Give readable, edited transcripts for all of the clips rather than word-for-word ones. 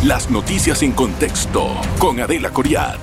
Las noticias en contexto con Adela Coriad.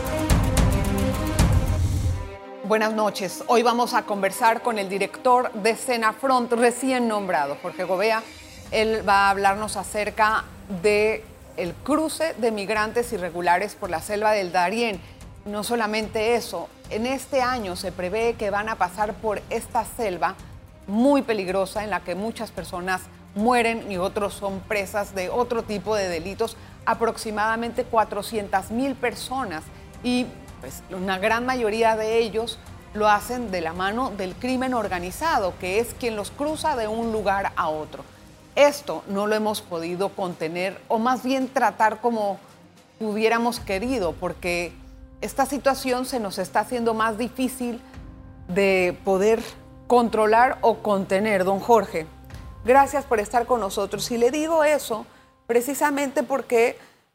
Buenas noches. Hoy vamos a conversar con el director de Senafront recién nombrado, Jorge Gobea. Él va a hablarnos acerca de el cruce de migrantes irregulares por la selva del Darién. No solamente eso, en este año se prevé que van a pasar por esta selva muy peligrosa en la que muchas personas mueren y otros son presas de otro tipo de delitos, aproximadamente 400,000 personas, y pues una gran mayoría de ellos lo hacen de la mano del crimen organizado, que es quien los cruza de un lugar a otro. Esto no lo hemos podido contener, o más bien tratar como hubiéramos querido, porque esta situación se nos está haciendo más difícil de poder controlar o contener. Don Jorge, gracias por estar con nosotros. Y le digo eso precisamente porque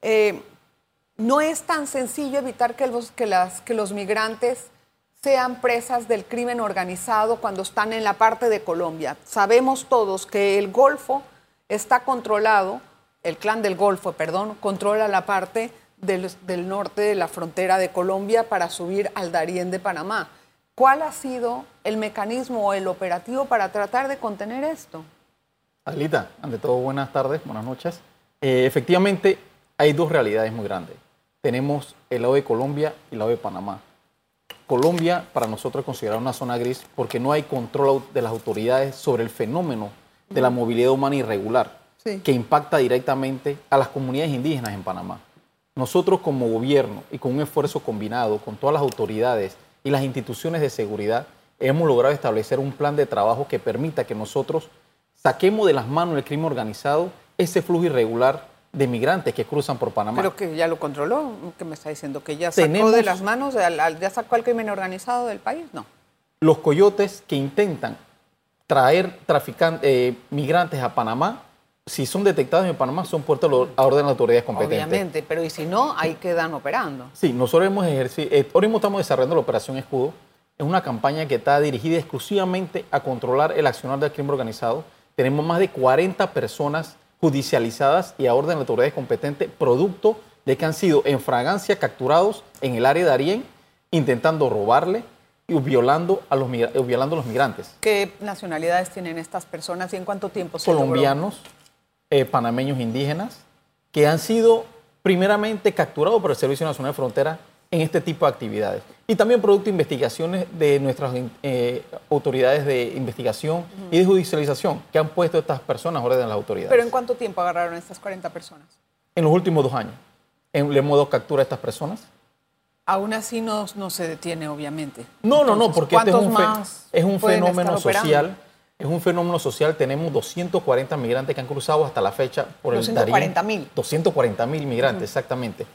no es tan sencillo evitar que los migrantes sean presas del crimen organizado cuando están en la parte de Colombia. Sabemos todos que el Golfo está controlado, el Clan del Golfo, controla la parte del norte de la frontera de Colombia para subir al Darién de Panamá. ¿Cuál ha sido el mecanismo o el operativo para tratar de contener esto? Adelita, ante todo, buenas tardes, buenas noches. Efectivamente, hay dos realidades muy grandes. Tenemos el lado de Colombia y el lado de Panamá. Colombia, para nosotros, es considerada una zona gris porque no hay control de las autoridades sobre el fenómeno de la movilidad humana irregular, que impacta directamente a las comunidades indígenas en Panamá. Nosotros, como gobierno y con un esfuerzo combinado con todas las autoridades y las instituciones de seguridad, hemos logrado establecer un plan de trabajo que permita que nosotros saquemos de las manos del crimen organizado ese flujo irregular de migrantes que cruzan por Panamá. Pero que ya lo controló, que me está diciendo que ya sacó de las manos, ya sacó al crimen organizado del país, ¿no? Los coyotes que intentan traer migrantes a Panamá, si son detectados en Panamá, son puestos a orden de las autoridades competentes. Obviamente, pero ¿y si no? Ahí quedan operando. Sí, nosotros ahora mismo estamos desarrollando la Operación Escudo. Es una campaña que está dirigida exclusivamente a controlar el accionar del crimen organizado. Tenemos más de 40 personas judicializadas y a orden de las autoridades competentes, producto de que han sido en fragancia capturados en el área de Darién, intentando robarle y violando a los migrantes. ¿Qué nacionalidades tienen estas personas y en cuánto tiempo se colombianos, panameños indígenas, que han sido primeramente capturados por el Servicio Nacional de Frontera en este tipo de actividades. Y también producto de investigaciones de nuestras autoridades de investigación y de judicialización que han puesto a estas personas a orden de las autoridades. ¿Pero en cuánto tiempo agarraron a estas 40 personas? En los últimos 2 años. Le hemos dado captura a estas personas. Aún así no se detiene, obviamente. No, porque este es un fenómeno social. Es un fenómeno social. Tenemos 240 migrantes que han cruzado hasta la fecha por el Darién. 240,000. 240,000 migrantes, exactamente.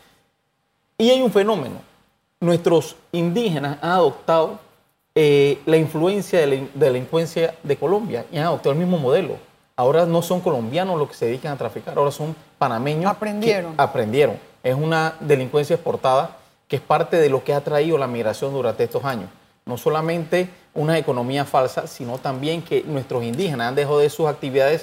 Y hay un fenómeno. Nuestros indígenas han adoptado la influencia de la delincuencia de Colombia y han adoptado el mismo modelo. Ahora no son colombianos los que se dedican a traficar, ahora son panameños. Aprendieron. Es una delincuencia exportada que es parte de lo que ha traído la migración durante estos años. No solamente una economía falsa, sino también que nuestros indígenas han dejado de sus actividades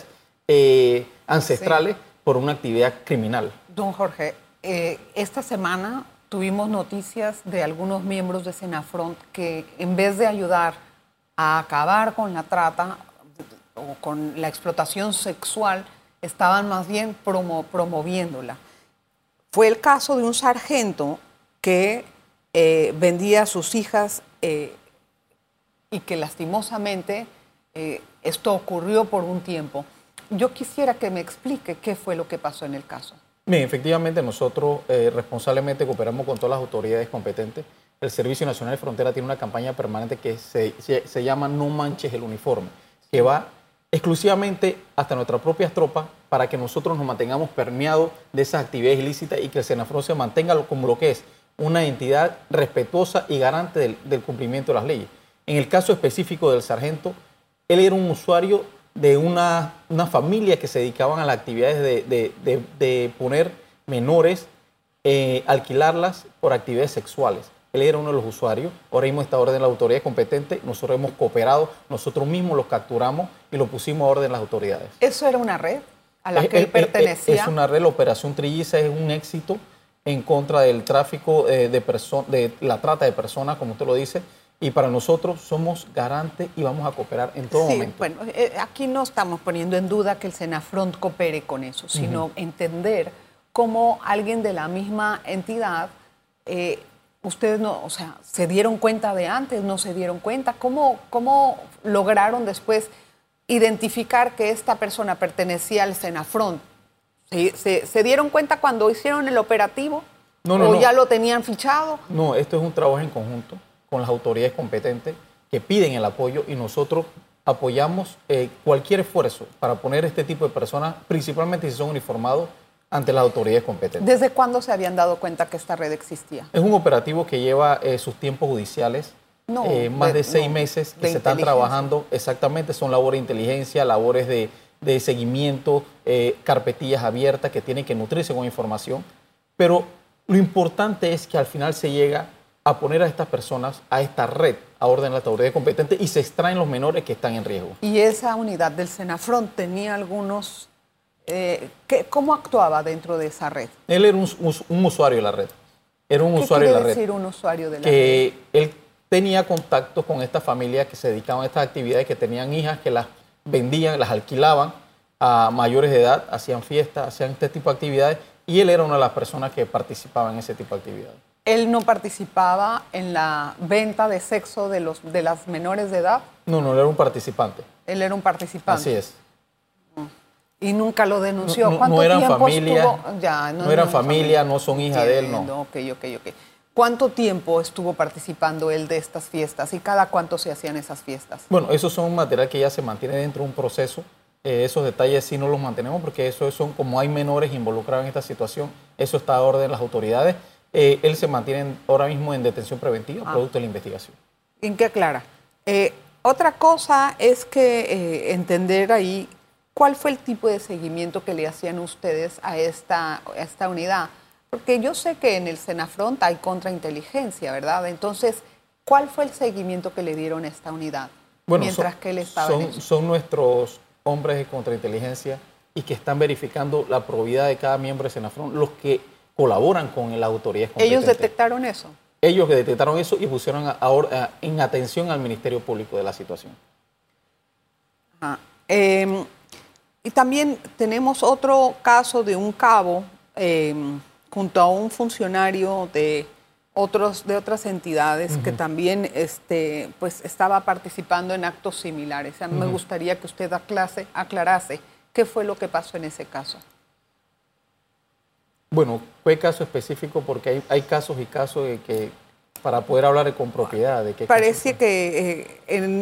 ancestrales por una actividad criminal. Don Jorge, esta semana tuvimos noticias de algunos miembros de Senafront que en vez de ayudar a acabar con la trata o con la explotación sexual, estaban más bien promoviéndola. Fue el caso de un sargento que vendía a sus hijas y que lastimosamente esto ocurrió por un tiempo. Yo quisiera que me explique qué fue lo que pasó en el caso. Bien, efectivamente nosotros responsablemente cooperamos con todas las autoridades competentes. El Servicio Nacional de Frontera tiene una campaña permanente que se llama No Manches el Uniforme, que va exclusivamente hasta nuestras propias tropas para que nosotros nos mantengamos permeados de esas actividades ilícitas y que el Senafront se mantenga como lo que es una entidad respetuosa y garante del cumplimiento de las leyes. En el caso específico del sargento, él era un usuario de una familia que se dedicaban a las actividades de poner menores, alquilarlas por actividades sexuales. Él era uno de los usuarios. Ahora mismo está a orden de la autoridad competente. Nosotros hemos cooperado, nosotros mismos los capturamos y lo pusimos a orden de las autoridades. ¿Eso era una red? a la que él pertenecía. Es una red, la Operación Trilliza es un éxito en contra del tráfico de la trata de personas, como usted lo dice, y para nosotros somos garantes y vamos a cooperar en todo momento. Bueno, aquí no estamos poniendo en duda que el Senafront coopere con eso, sino entender cómo alguien de la misma entidad, ustedes no, o sea, ¿se dieron cuenta de antes? ¿No se dieron cuenta? ¿Cómo lograron después identificar que esta persona pertenecía al Senafront? ¿Se dieron cuenta cuando hicieron el operativo? ¿O ya lo tenían fichado? No, esto es un trabajo en conjunto con las autoridades competentes que piden el apoyo y nosotros apoyamos cualquier esfuerzo para poner este tipo de personas, principalmente si son uniformados, ante las autoridades competentes. ¿Desde cuándo se habían dado cuenta que esta red existía? Es un operativo que lleva sus tiempos judiciales, más de 6 meses que se están trabajando. Exactamente, son labores de inteligencia, labores de seguimiento, carpetillas abiertas que tienen que nutrirse con información. Pero lo importante es que al final se llega a poner a estas personas, a esta red, a orden de la autoridad competente y se extraen los menores que están en riesgo. ¿Y esa unidad del Senafront tenía algunos... ¿Cómo actuaba dentro de esa red? Él era un usuario de la red. Era un usuario de la red. ¿Qué quiere decir un usuario de la red? Que él tenía contactos con estas familias que se dedicaban a estas actividades, que tenían hijas, que las vendían, las alquilaban a mayores de edad, hacían fiestas, hacían este tipo de actividades, y él era una de las personas que participaban en ese tipo de actividades. ¿Él no participaba en la venta de sexo de las menores de edad? No, él era un participante. Él era un participante. Así es. Y nunca lo denunció. No eran familia, estuvo? No eran familia, no son hijas de él, no. Ok. ¿Cuánto tiempo estuvo participando él de estas fiestas y cada cuánto se hacían esas fiestas? Bueno, eso son material que ya se mantiene dentro de un proceso. Esos detalles sí no los mantenemos porque eso son, como hay menores involucrados en esta situación, eso está a orden de las autoridades. Él se mantiene ahora mismo en detención preventiva, producto de la investigación. ¿En qué aclara? Otra cosa es que entender ahí cuál fue el tipo de seguimiento que le hacían ustedes a esta unidad. Porque yo sé que en el Senafront hay contrainteligencia, ¿verdad? Entonces, ¿cuál fue el seguimiento que le dieron a esta unidad mientras que él estaba en eso? Son nuestros hombres de contrainteligencia y que están verificando la probidad de cada miembro de Senafront, los que colaboran con las autoridades competentes. ¿Ellos detectaron eso? Ellos detectaron eso y pusieron en atención al Ministerio Público de la situación. Y también tenemos otro caso de un cabo junto a un funcionario de otras entidades que también pues estaba participando en actos similares. A mí me gustaría que usted aclarase qué fue lo que pasó en ese caso. Bueno, fue caso específico porque hay casos y casos de que para poder hablar con propiedad de qué parece que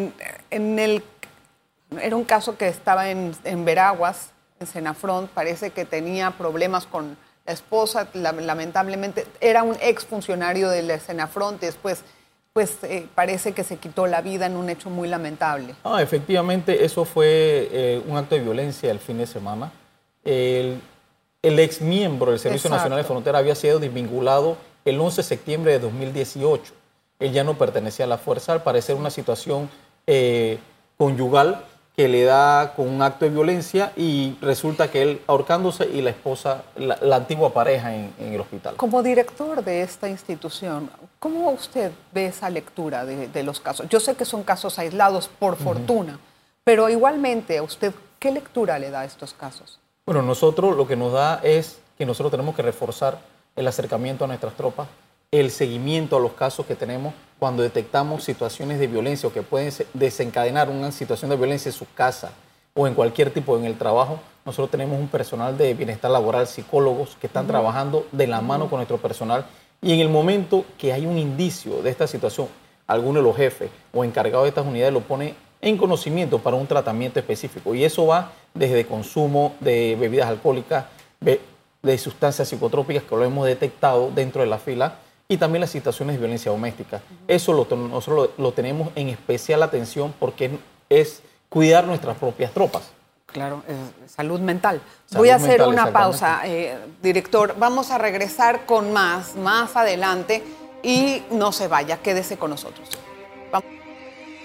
era un caso que estaba en Veraguas, en Senafront, parece que tenía problemas con la esposa, lamentablemente era un exfuncionario del Senafront y después parece que se quitó la vida en un hecho muy lamentable. Efectivamente, eso fue un acto de violencia el fin de semana. El ex miembro del Servicio Nacional de Frontera había sido desvinculado el 11 de septiembre de 2018. Él ya no pertenecía a la fuerza, al parecer una situación conyugal que le da con un acto de violencia y resulta que él ahorcándose y la esposa, la antigua pareja en el hospital. Como director de esta institución, ¿cómo usted ve esa lectura de los casos? Yo sé que son casos aislados, por fortuna, pero igualmente, ¿a usted qué lectura le da a estos casos? Bueno, nosotros lo que nos da es que nosotros tenemos que reforzar el acercamiento a nuestras tropas, el seguimiento a los casos que tenemos cuando detectamos situaciones de violencia o que pueden desencadenar una situación de violencia en su casa o en cualquier tipo en el trabajo. Nosotros tenemos un personal de bienestar laboral, psicólogos que están trabajando de la mano con nuestro personal y en el momento que hay un indicio de esta situación, alguno de los jefes o encargados de estas unidades lo pone en conocimiento para un tratamiento específico y eso va desde consumo de bebidas alcohólicas, de sustancias psicotrópicas que lo hemos detectado dentro de la fila y también las situaciones de violencia doméstica. Eso nosotros lo tenemos en especial atención porque es cuidar nuestras propias tropas. Claro, salud mental. Voy a hacer una pausa, director. Vamos a regresar con más adelante y no se vaya, quédese con nosotros. Vamos.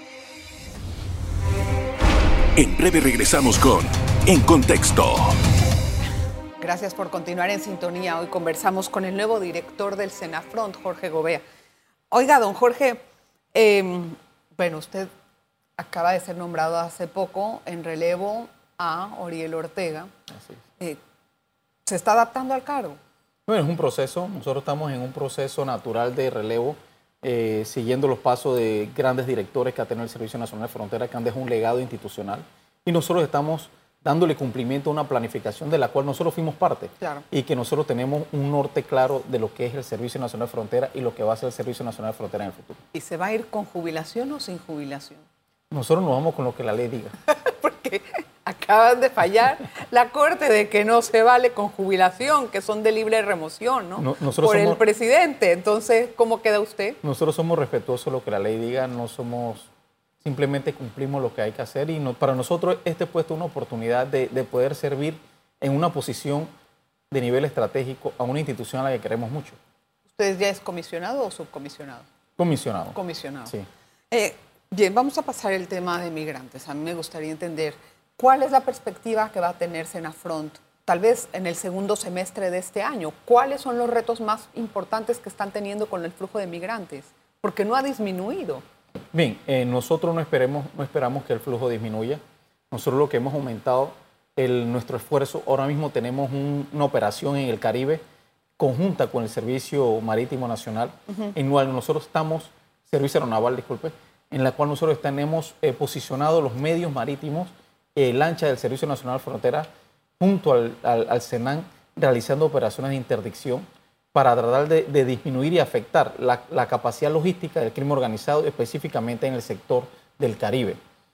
En breve regresamos con En Contexto. Gracias por continuar en sintonía. Hoy conversamos con el nuevo director del Senafront, Jorge Gobea. Oiga, don Jorge, bueno, usted acaba de ser nombrado hace poco en relevo a Oriel Ortega. Así es. ¿Se está adaptando al cargo? Bueno, es un proceso. Nosotros estamos en un proceso natural de relevo, siguiendo los pasos de grandes directores que ha tenido el Servicio Nacional de Frontera, que han dejado un legado institucional. Y nosotros estamos dándole cumplimiento a una planificación de la cual nosotros fuimos parte. Claro. Y que nosotros tenemos un norte claro de lo que es el Servicio Nacional de Frontera y lo que va a ser el Servicio Nacional de Frontera en el futuro. ¿Y se va a ir con jubilación o sin jubilación? Nosotros nos vamos con lo que la ley diga. Porque acaban de fallar la Corte de que no se vale con jubilación, que son de libre remoción, ¿no? Por el presidente. Entonces, ¿cómo queda usted? Nosotros somos respetuosos de lo que la ley diga, no somos... Simplemente cumplimos lo que hay que hacer y para nosotros este puesto es una oportunidad de poder servir en una posición de nivel estratégico a una institución a la que queremos mucho. ¿Usted ya es comisionado o subcomisionado? Comisionado. Comisionado. Sí. Bien, vamos a pasar el tema de migrantes. A mí me gustaría entender cuál es la perspectiva que va a tener Senafront, tal vez en el segundo semestre de este año. ¿Cuáles son los retos más importantes que están teniendo con el flujo de migrantes? Porque no ha disminuido. Bien, nosotros no esperamos que el flujo disminuya. Nosotros lo que hemos aumentado nuestro esfuerzo, ahora mismo tenemos una operación en el Caribe conjunta con el Servicio Marítimo Nacional, en la cual nosotros estamos, Servicio Aeronaval, disculpe, en la cual nosotros tenemos posicionados los medios marítimos, lancha del Servicio Nacional de Frontera, junto al SENAN, realizando operaciones de interdicción, para tratar de disminuir y afectar la capacidad logística del crimen organizado, específicamente en el sector del Caribe.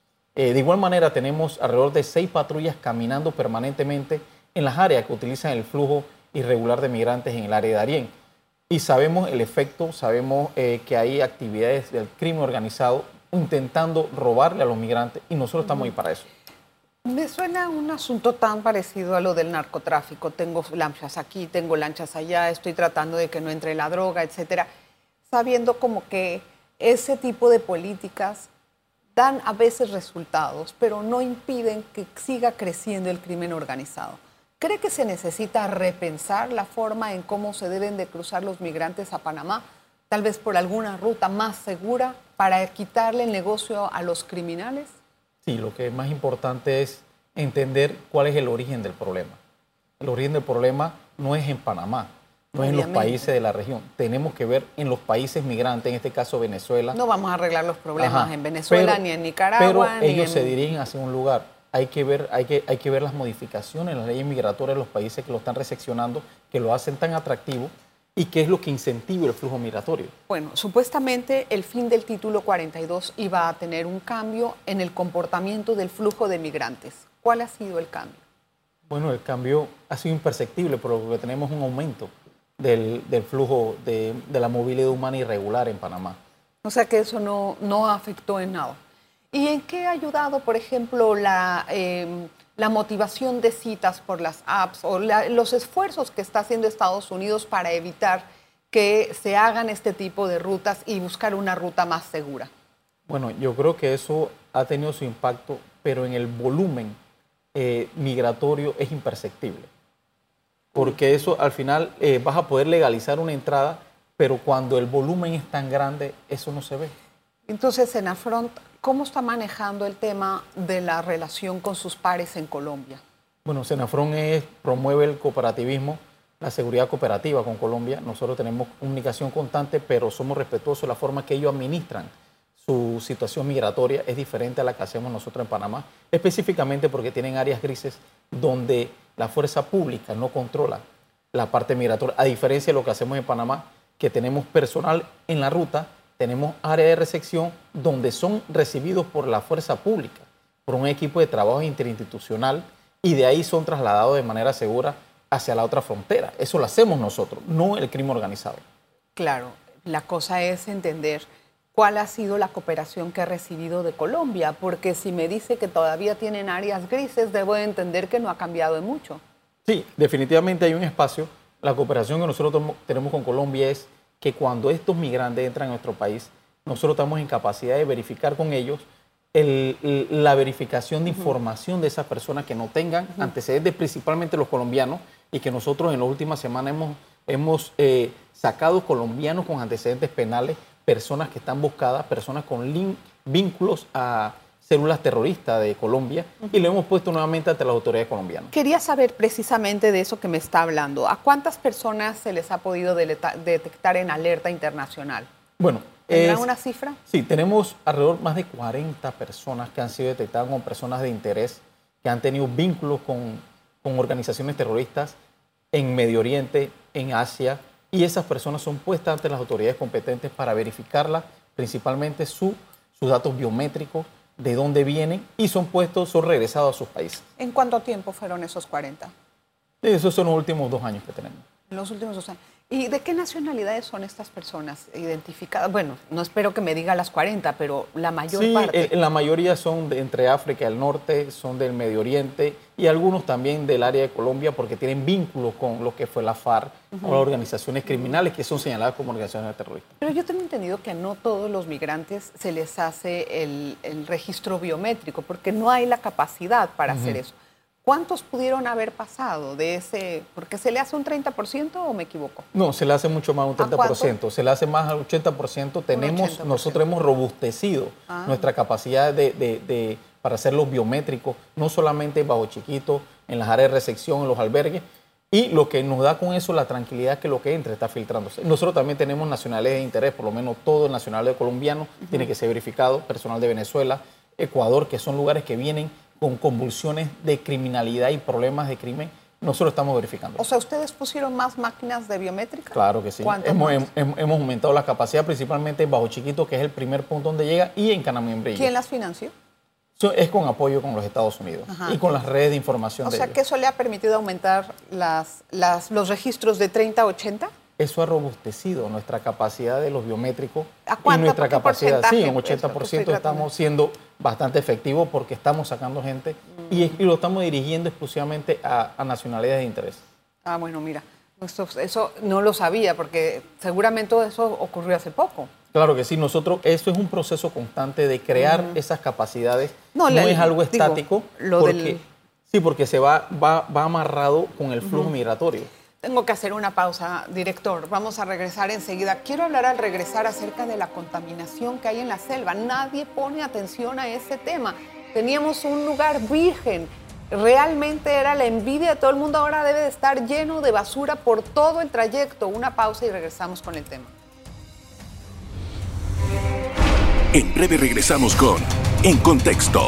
De igual manera, tenemos alrededor de 6 patrullas caminando permanentemente en las áreas que utilizan el flujo irregular de migrantes en el área de Darién. Y sabemos el efecto, sabemos que hay actividades del crimen organizado intentando robarle a los migrantes y nosotros estamos ahí para eso. Me suena un asunto tan parecido a lo del narcotráfico. Tengo lanchas aquí, tengo lanchas allá, estoy tratando de que no entre la droga, etcétera. Sabiendo como que ese tipo de políticas dan a veces resultados, pero no impiden que siga creciendo el crimen organizado. ¿Cree que se necesita repensar la forma en cómo se deben de cruzar los migrantes a Panamá? Tal vez por alguna ruta más segura para quitarle el negocio a los criminales. Sí, lo que es más importante es entender cuál es el origen del problema. El origen del problema no es en Panamá, no es en los países de la región. Tenemos que ver en los países migrantes, en este caso Venezuela. No vamos a arreglar los problemas en Venezuela ni en Nicaragua. Pero ellos se dirigen hacia un lugar. Hay que ver las modificaciones en las leyes migratorias de los países que lo están recepcionando, que lo hacen tan atractivo y qué es lo que incentiva el flujo migratorio. Bueno, supuestamente el fin del título 42 iba a tener un cambio en el comportamiento del flujo de migrantes. ¿Cuál ha sido el cambio? Bueno, el cambio ha sido imperceptible, porque tenemos un aumento del flujo de la movilidad humana irregular en Panamá. O sea que eso no afectó en nada. ¿Y en qué ha ayudado, por ejemplo, la motivación de citas por las apps o los esfuerzos que está haciendo Estados Unidos para evitar que se hagan este tipo de rutas y buscar una ruta más segura? Bueno, yo creo que eso ha tenido su impacto, pero en el volumen migratorio es imperceptible. Porque eso al final vas a poder legalizar una entrada, pero cuando el volumen es tan grande, eso no se ve. Entonces, Senafront, ¿cómo está manejando el tema de la relación con sus pares en Colombia? Bueno, Senafront promueve el cooperativismo, la seguridad cooperativa con Colombia. Nosotros tenemos comunicación constante, pero somos respetuosos de la forma que ellos administran su situación migratoria. Es diferente a la que hacemos nosotros en Panamá, específicamente porque tienen áreas grises donde la fuerza pública no controla la parte migratoria, a diferencia de lo que hacemos en Panamá, que tenemos personal en la ruta, tenemos área de recepción donde son recibidos por la fuerza pública, por un equipo de trabajo interinstitucional, y de ahí son trasladados de manera segura hacia la otra frontera. Eso lo hacemos nosotros, no el crimen organizado. Claro, la cosa es entender cuál ha sido la cooperación que ha recibido de Colombia, porque si me dice que todavía tienen áreas grises, debo de entender que no ha cambiado mucho. Sí, definitivamente hay un espacio. La cooperación que nosotros tenemos con Colombia es que cuando estos migrantes entran a nuestro país, nosotros estamos en capacidad de verificar con ellos la verificación de información de esas personas que no tengan antecedentes, principalmente los colombianos, y que nosotros en la última semana hemos sacado colombianos con antecedentes penales, personas que están buscadas, personas con vínculos a células terroristas de Colombia, y lo hemos puesto nuevamente ante las autoridades colombianas. Quería saber precisamente de eso que me está hablando. ¿A cuántas personas se les ha podido detectar en alerta internacional? Bueno, ¿tendrán una cifra? Sí, tenemos alrededor más de 40 personas que han sido detectadas como personas de interés, que han tenido vínculos con organizaciones terroristas en Medio Oriente, en Asia, y esas personas son puestas ante las autoridades competentes para verificarlas, principalmente sus datos biométricos, de dónde vienen, y son regresados a sus países. ¿En cuánto tiempo fueron esos 40? Esos son los últimos 2 años que tenemos. Los últimos 2 años. ¿Y de qué nacionalidades son estas personas identificadas? Bueno, no espero que me diga las 40, pero la mayor parte. Sí, la mayoría son entre África del Norte, son del Medio Oriente, y algunos también del área de Colombia, porque tienen vínculos con lo que fue la FARC o las organizaciones criminales que son señaladas como organizaciones terroristas. Pero yo tengo entendido que a no todos los migrantes se les hace el registro biométrico, porque no hay la capacidad para hacer eso. ¿Cuántos pudieron haber pasado de ese? ¿Porque se le hace un 30% o me equivoco? No, se le hace mucho más, un 30%. Se le hace más al 80%. 80%. Nosotros hemos robustecido nuestra capacidad para hacer los biométricos, no solamente bajo Chiquito, en las áreas de recepción, en los albergues, y lo que nos da con eso la tranquilidad que lo que entra está filtrándose. Nosotros también tenemos nacionales de interés, por lo menos todo el nacional de colombiano tiene que ser verificado, personal de Venezuela, Ecuador, que son lugares que vienen con convulsiones de criminalidad y problemas de crimen, nosotros estamos verificando. O sea, ¿ustedes pusieron más máquinas de biométrica? Claro que sí. Hemos aumentado la capacidad, principalmente en Bajo Chiquito, que es el primer punto donde llega, y en Canamembrillo. ¿Quién las financió? Es con apoyo con los Estados Unidos y con las redes de información. O sea, que eso le ha permitido aumentar los registros de 30 a 80. Eso ha robustecido nuestra capacidad de los biométricos. ¿A cuánto? Y nuestra capacidad, sí, en 80% estamos siendo bastante efectivos porque estamos sacando gente y lo estamos dirigiendo exclusivamente a nacionalidades de interés. Ah, bueno, mira, eso no lo sabía porque seguramente eso ocurrió hace poco. Claro que sí, eso es un proceso constante de crear esas capacidades. No es algo estático, porque se va amarrado con el flujo migratorio. Tengo que hacer una pausa, director. Vamos a regresar enseguida. Quiero hablar al regresar acerca de la contaminación que hay en la selva. Nadie pone atención a ese tema. Teníamos un lugar virgen. Realmente era la envidia de todo el mundo. Ahora debe de estar lleno de basura por todo el trayecto. Una pausa y regresamos con el tema. En breve regresamos con En Contexto.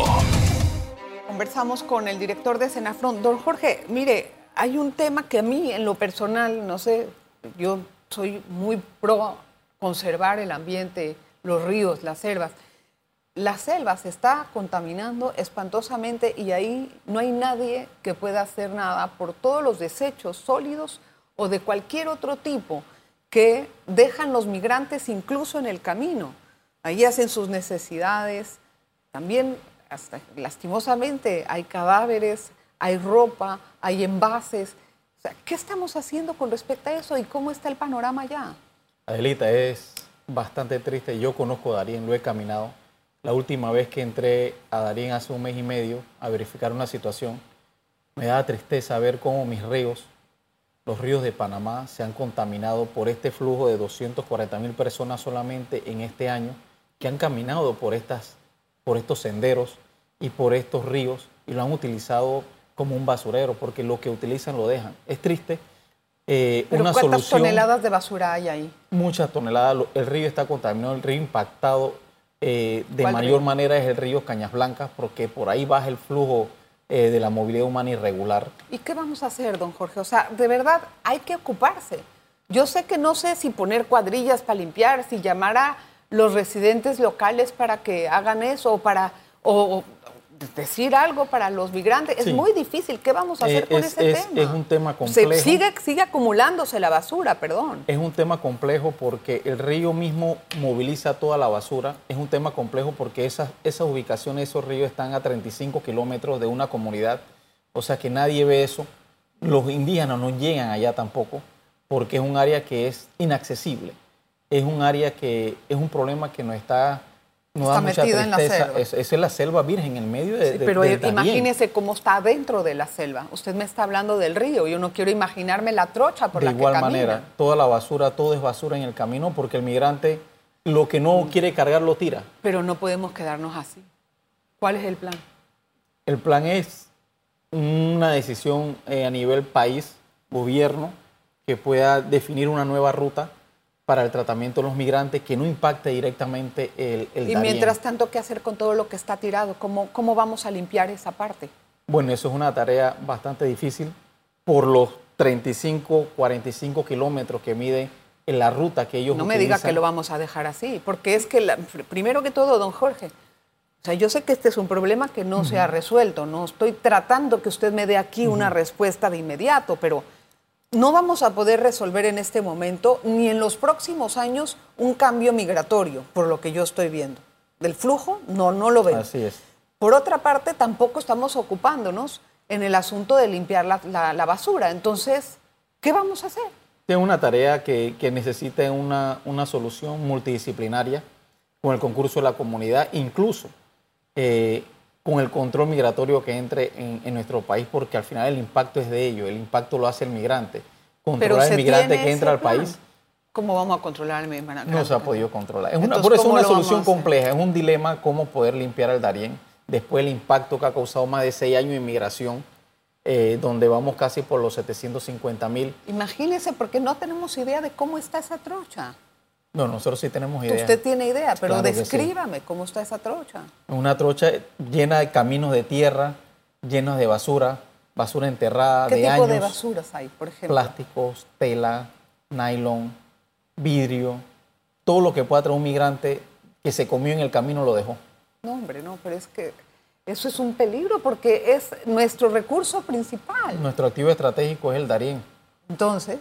Conversamos con el director de Senafront. Don Jorge, mire, hay un tema que a mí, en lo personal, no sé, yo soy muy pro conservar el ambiente, los ríos, las selvas. La selva se está contaminando espantosamente y ahí no hay nadie que pueda hacer nada por todos los desechos sólidos o de cualquier otro tipo que dejan los migrantes incluso en el camino. Ahí hacen sus necesidades. También, hasta lastimosamente, hay cadáveres, hay ropa, hay envases. O sea, ¿qué estamos haciendo con respecto a eso y cómo está el panorama allá? Adelita, es bastante triste. Yo conozco a Darién, lo he caminado. La última vez que entré a Darién hace 1 mes y medio a verificar una situación, me da tristeza ver cómo mis ríos, los ríos de Panamá, se han contaminado por este flujo de 240,000 personas solamente en este año que han caminado por estos senderos y por estos ríos y lo han utilizado como un basurero, porque lo que utilizan lo dejan. Es triste. ¿Pero cuántas toneladas de basura hay ahí? Muchas toneladas. El río está contaminado, el río impactado de mayor manera es el río Cañas Blancas, porque por ahí baja el flujo de la movilidad humana irregular. ¿Y qué vamos a hacer, don Jorge? O sea, de verdad hay que ocuparse. Yo sé que no sé si poner cuadrillas para limpiar, si llamar a los residentes locales para que hagan eso o decir algo para los migrantes. Sí. Es muy difícil. ¿Qué vamos a hacer con ese tema? Es un tema complejo. Sigue acumulándose la basura, perdón. Es un tema complejo porque el río mismo moviliza toda la basura. Es un tema complejo porque esas ubicaciones, esos ríos están a 35 kilómetros de una comunidad. O sea que nadie ve eso. Los indígenas no llegan allá tampoco porque es un área que es inaccesible. Es un área que es un problema que nos nos da mucha metida en la tristeza. selva. Esa es la selva virgen, en el medio Sí, pero del Darién. imagínese cómo está dentro de la selva. Usted me está hablando del río. Yo no quiero imaginarme la trocha por la que camina. De igual manera, toda la basura, todo es basura en el camino porque el migrante lo que no quiere cargar lo tira. Pero no podemos quedarnos así. ¿Cuál es el plan? El plan es una decisión a nivel país, gobierno, que pueda definir una nueva ruta para el tratamiento de los migrantes que no impacte directamente el Y Darién. mientras tanto, ¿qué hacer con todo lo que está tirado? ¿Cómo vamos a limpiar esa parte? Bueno, eso es una tarea bastante difícil por los 35, 45 kilómetros que mide en la ruta que ellos No me utilizan. diga que lo vamos a dejar así, porque es que, primero que todo, don Jorge, o sea, yo sé que este es un problema que no se ha resuelto, no estoy tratando que usted me dé aquí una respuesta de inmediato, pero no vamos a poder resolver en este momento ni en los próximos años un cambio migratorio, por lo que yo estoy viendo. Del flujo, no lo veo. Así es. Por otra parte, tampoco estamos ocupándonos en el asunto de limpiar la basura. Entonces, ¿qué vamos a hacer? Es una tarea que necesita una solución multidisciplinaria con el concurso de la comunidad, incluso con el control migratorio que entre en nuestro país, porque al final el impacto es de ellos, el impacto lo hace el migrante. Controlar el migrante que entra al país ¿Cómo vamos a controlar el migrante? no se ha podido controlar. Entonces, Por eso es ¿cómo una lo vamos solución a hacer? compleja, es un dilema cómo poder limpiar al Darién después del impacto que ha causado más de 6 años de inmigración, donde vamos casi por los 750,000. Imagínese, porque no tenemos idea de cómo está esa trocha. No, nosotros sí tenemos idea. Usted tiene idea, pero Claro que sí. descríbame cómo está esa trocha. Una trocha llena de caminos de tierra, llenos de basura, basura enterrada ¿Qué de tipo años, de basuras hay, por ejemplo? plásticos, tela, nylon, vidrio, todo lo que pueda traer un migrante que se comió en el camino lo dejó. No, hombre, no, pero es que eso es un peligro porque es nuestro recurso principal. Nuestro activo estratégico es el Darién. Entonces,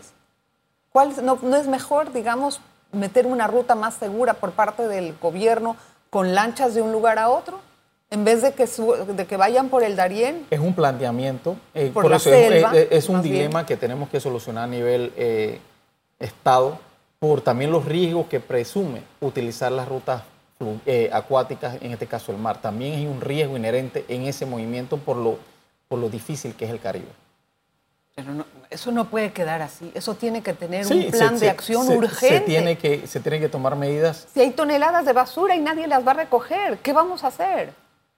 no es mejor, digamos, meter una ruta más segura por parte del gobierno con lanchas de un lugar a otro? En vez de que vayan por el Darién. Es un planteamiento, Por la eso selva, es un más dilema bien. que tenemos que solucionar a nivel Estado, por también los riesgos que presume utilizar las rutas acuáticas, en este caso el mar. También hay un riesgo inherente en ese movimiento por lo difícil que es el Caribe. Pero eso no puede quedar así. Eso tiene que tener Sí, un plan de acción urgente. Se tiene que tomar medidas. Si hay toneladas de basura y nadie las va a recoger, ¿qué vamos a hacer?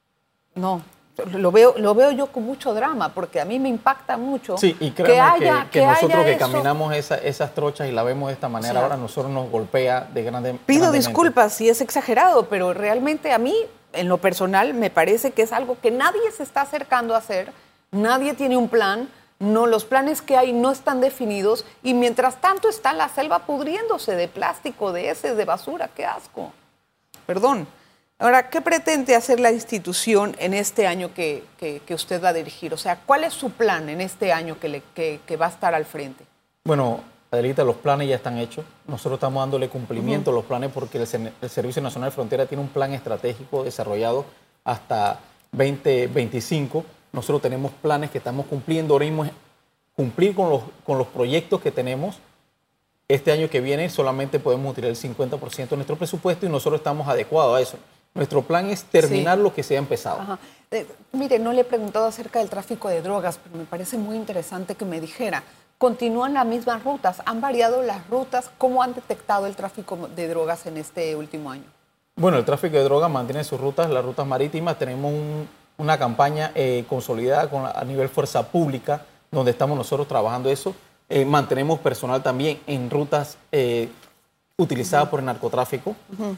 No, lo veo yo con mucho drama, porque a mí me impacta mucho Sí, y créanme que nosotros haya que eso. caminamos esas trochas y la vemos de esta manera, O sea, ahora nosotros nos golpea de grande. Pido grandemente. disculpas si es exagerado, pero realmente a mí, en lo personal, me parece que es algo que nadie se está acercando a hacer, nadie tiene un plan, no, los planes que hay no están definidos y mientras tanto está la selva pudriéndose de plástico, de heces, de basura, qué asco. Perdón. Ahora, ¿qué pretende hacer la institución en este año que usted va a dirigir? O sea, ¿cuál es su plan en este año que va a estar al frente? Bueno, Adelita, los planes ya están hechos. Nosotros estamos dándole cumplimiento a los planes porque el Servicio Nacional de Frontera tiene un plan estratégico desarrollado hasta 2025. Nosotros tenemos planes que estamos cumpliendo. Ahora mismo es cumplir con los proyectos que tenemos. Este año que viene solamente podemos utilizar el 50% de nuestro presupuesto y nosotros estamos adecuados a eso. Nuestro plan es terminar lo que se ha empezado. Ajá. Mire, no le he preguntado acerca del tráfico de drogas, pero me parece muy interesante que me dijera. ¿Continúan las mismas rutas? ¿Han variado las rutas? ¿Cómo han detectado el tráfico de drogas en este último año? Bueno, el tráfico de drogas mantiene sus rutas, las rutas marítimas. Tenemos una campaña consolidada a nivel fuerza pública, donde estamos nosotros trabajando eso. Mantenemos personal también en rutas utilizadas por el narcotráfico.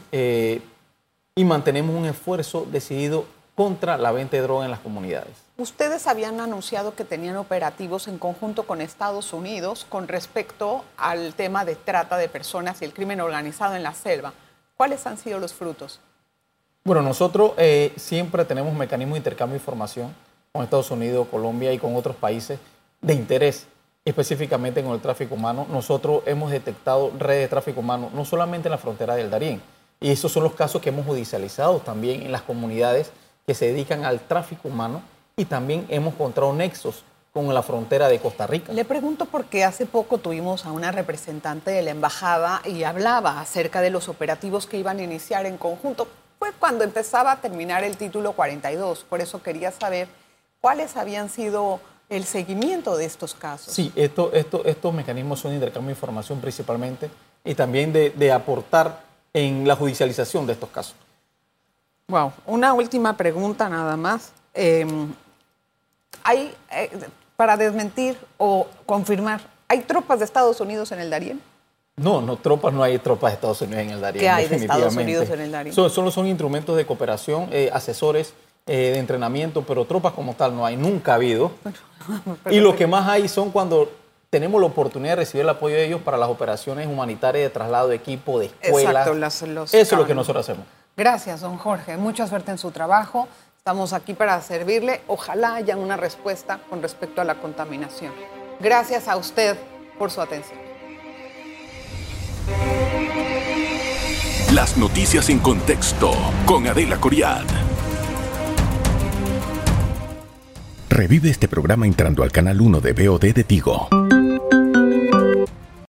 Y mantenemos un esfuerzo decidido contra la venta de droga en las comunidades. Ustedes habían anunciado que tenían operativos en conjunto con Estados Unidos con respecto al tema de trata de personas y el crimen organizado en la selva. ¿Cuáles han sido los frutos? Bueno, nosotros siempre tenemos mecanismos de intercambio de información con Estados Unidos, Colombia y con otros países de interés, específicamente con el tráfico humano. Nosotros hemos detectado redes de tráfico humano no solamente en la frontera del Darién, y esos son los casos que hemos judicializado también en las comunidades que se dedican al tráfico humano, y también hemos encontrado nexos con la frontera de Costa Rica. Le pregunto porque hace poco tuvimos a una representante de la embajada y hablaba acerca de los operativos que iban a iniciar en conjunto. fue cuando empezaba a terminar el título 42. Por eso quería saber cuáles habían sido el seguimiento de estos casos. Sí, estos mecanismos son de intercambio de información principalmente y también de aportar en la judicialización de estos casos. Wow, una última pregunta nada más. Para desmentir o confirmar, ¿hay tropas de Estados Unidos en el Darién? No, no hay tropas de Estados Unidos en el Darién. ¿Qué hay de Estados Unidos en el Darién? Solo son instrumentos de cooperación, asesores de entrenamiento, pero tropas como tal no hay, nunca ha habido. Y lo que más hay son cuando tenemos la oportunidad de recibir el apoyo de ellos para las operaciones humanitarias de traslado de equipo, de escuelas. Exacto, eso es lo que nosotros hacemos. Gracias, don Jorge. Mucha suerte en su trabajo. Estamos aquí para servirle. Ojalá haya una respuesta con respecto a la contaminación. Gracias a usted por su atención. Las noticias en contexto con Adela Coriad. Revive este programa entrando al canal 1 de VOD de Tigo.